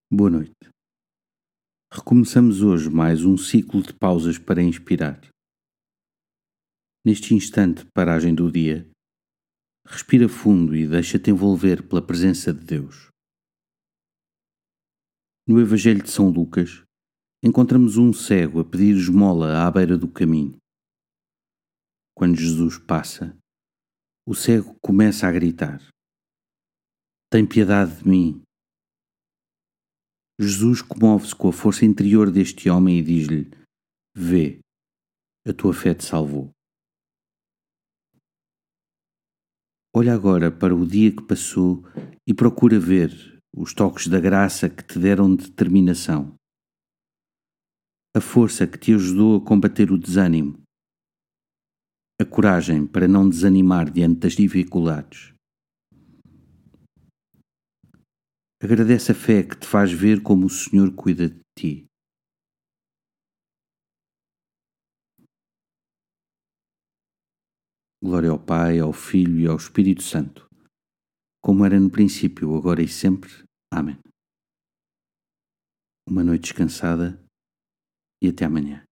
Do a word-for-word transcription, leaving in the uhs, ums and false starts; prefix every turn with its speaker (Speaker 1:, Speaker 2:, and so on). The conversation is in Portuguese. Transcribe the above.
Speaker 1: Boa noite. Recomeçamos hoje mais um ciclo de pausas para inspirar. Neste instante de paragem do dia, respira fundo e deixa-te envolver pela presença de Deus. No Evangelho de São Lucas, encontramos um cego a pedir esmola à beira do caminho. Quando Jesus passa, o cego começa a gritar: "Tem piedade de mim!" Jesus comove-se com a força interior deste homem e diz-lhe: "Vê, a tua fé te salvou." Olha agora para o dia que passou e procura ver os toques da graça que te deram determinação, a força que te ajudou a combater o desânimo, a coragem para não desanimar diante das dificuldades. Agradece a fé que te faz ver como o Senhor cuida de ti. Glória ao Pai, ao Filho e ao Espírito Santo, como era no princípio, agora e sempre. Amém. Uma noite descansada e até amanhã.